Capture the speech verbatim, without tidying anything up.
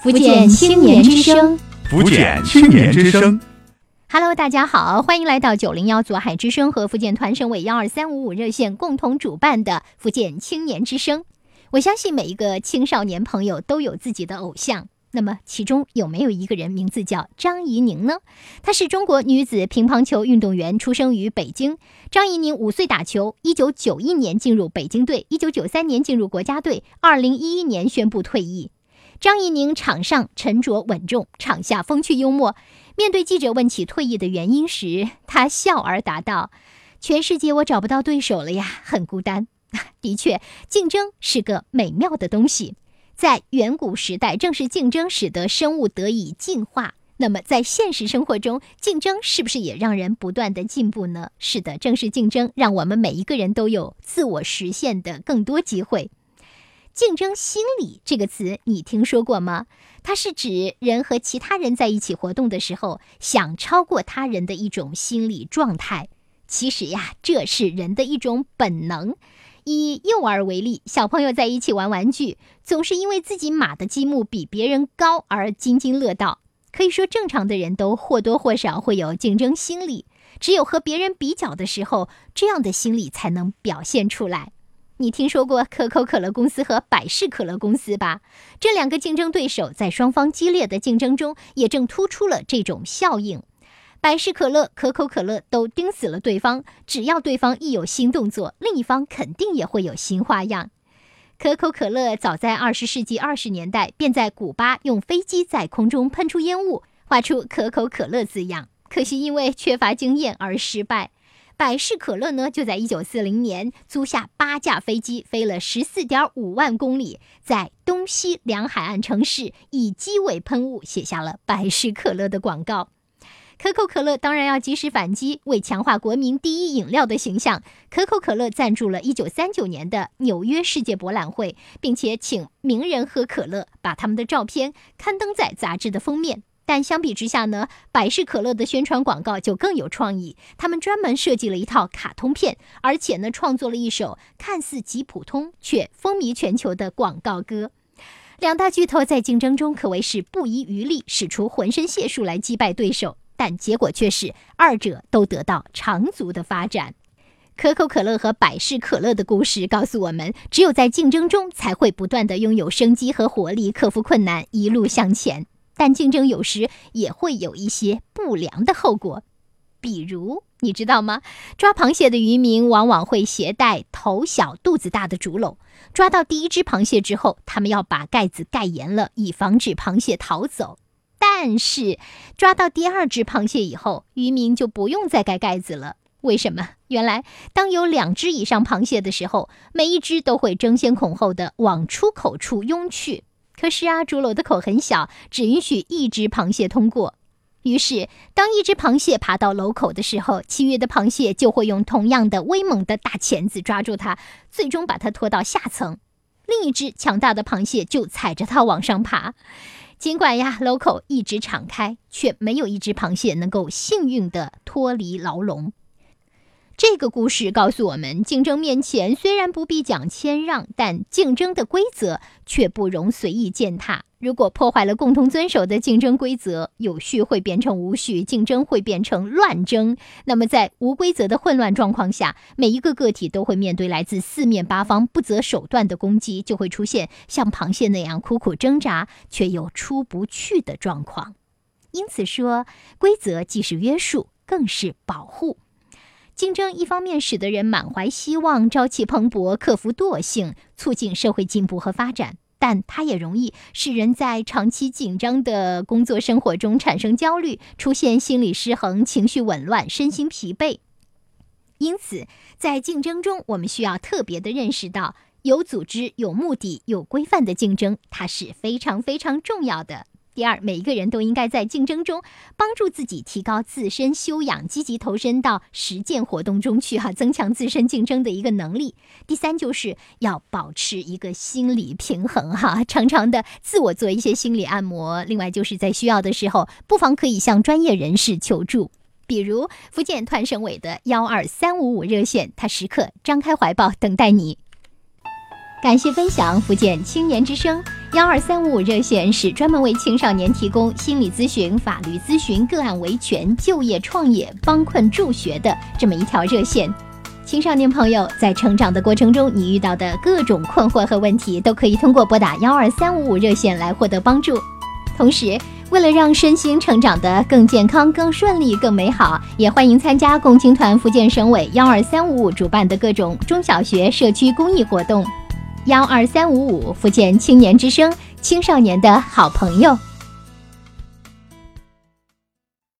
福建青年之声， 福建青年之声。 Hello， 大家好，欢迎来到九零幺左海之声和福建团省委幺二三五五热线共同主办的福建青年之声。我相信每一个青少年朋友都有自己的偶像，那么其中有没有一个人名字叫张怡宁呢？她是中国女子乒乓球运动员，出生于北京。张怡宁五岁打球，一九九一年进入北京队，一九九三年进入国家队，二零一一年宣布退役。张怡宁场上沉着稳重，场下风趣幽默。面对记者问起退役的原因时，他笑而答道：全世界我找不到对手了呀，很孤单。的确，竞争是个美妙的东西。在远古时代，正是竞争使得生物得以进化。那么在现实生活中，竞争是不是也让人不断的进步呢？是的，正是竞争让我们每一个人都有自我实现的更多机会。竞争心理这个词你听说过吗？它是指人和其他人在一起活动的时候，想超过他人的一种心理状态。其实呀，这是人的一种本能。以幼儿为例，小朋友在一起玩玩具，总是因为自己码的积木比别人高而津津乐道。可以说正常的人都或多或少会有竞争心理，只有和别人比较的时候，这样的心理才能表现出来。你听说过可口可乐公司和百事可乐公司吧？这两个竞争对手在双方激烈的竞争中，也正突出了这种效应。百事可乐、可口可乐都盯死了对方，只要对方一有新动作，另一方肯定也会有新花样。可口可乐早在二十世纪二十年代便在古巴用飞机在空中喷出烟雾，画出可口可乐字样，可惜因为缺乏经验而失败。百事可乐呢，就在一九四零年租下八架飞机，飞了 十四点五万公里，在东西两海岸城市以机尾喷雾写下了百事可乐的广告。可口可乐当然要及时反击，为强化国民第一饮料的形象，可口可乐赞助了一九三九年的纽约世界博览会，并且请名人喝可乐，把他们的照片刊登在杂志的封面。但相比之下呢，百事可乐的宣传广告就更有创意，他们专门设计了一套卡通片，而且呢，创作了一首看似极普通却风靡全球的广告歌。两大巨头在竞争中可谓是不遗余力，使出浑身解数来击败对手，但结果却是二者都得到长足的发展。可口可乐和百事可乐的故事告诉我们，只有在竞争中才会不断地拥有生机和活力，克服困难，一路向前。但竞争有时也会有一些不良的后果，比如你知道吗？抓螃蟹的渔民往往会携带头小肚子大的竹篓，抓到第一只螃蟹之后，他们要把盖子盖严了，以防止螃蟹逃走。但是抓到第二只螃蟹以后，渔民就不用再盖盖子了。为什么？原来当有两只以上螃蟹的时候，每一只都会争先恐后的往出口处拥去。可是啊，竹篓的口很小，只允许一只螃蟹通过。于是当一只螃蟹爬到篓口的时候，其余的螃蟹就会用同样的威猛的大钳子抓住它，最终把它拖到下层。另一只强大的螃蟹就踩着它往上爬。尽管呀，篓口一直敞开，却没有一只螃蟹能够幸运地脱离牢笼。这个故事告诉我们，竞争面前虽然不必讲谦让，但竞争的规则却不容随意践踏。如果破坏了共同遵守的竞争规则，有序会变成无序，竞争会变成乱争。那么在无规则的混乱状况下，每一个个体都会面对来自四面八方不择手段的攻击，就会出现像螃蟹那样苦苦挣扎却又出不去的状况。因此说，规则既是约束，更是保护。竞争一方面使得人满怀希望，朝气蓬勃，克服惰性，促进社会进步和发展，但它也容易使人在长期紧张的工作生活中产生焦虑，出现心理失衡，情绪紊乱，身心疲惫。因此在竞争中，我们需要特别的认识到，有组织、有目的、有规范的竞争，它是非常非常重要的。第二，每一个人都应该在竞争中帮助自己提高自身修养，积极投身到实践活动中去哈、啊，增强自身竞争的一个能力。第三，就是要保持一个心理平衡哈、啊，常常的自我做一些心理按摩。另外，就是在需要的时候，不妨可以向专业人士求助，比如福建团省委的幺二三五五热线，它时刻张开怀抱等待你。感谢分享福建青年之声。 幺二三五五热线是专门为青少年提供心理咨询、法律咨询、个案维权、就业创业、帮困助学的这么一条热线。青少年朋友在成长的过程中，你遇到的各种困惑和问题，都可以通过拨打幺二三五五热线来获得帮助。同时，为了让身心成长得更健康、更顺利、更美好，也欢迎参加共青团福建省委幺二三五五主办的各种中小学社区公益活动。幺二三五五福建青年之声，青少年的好朋友。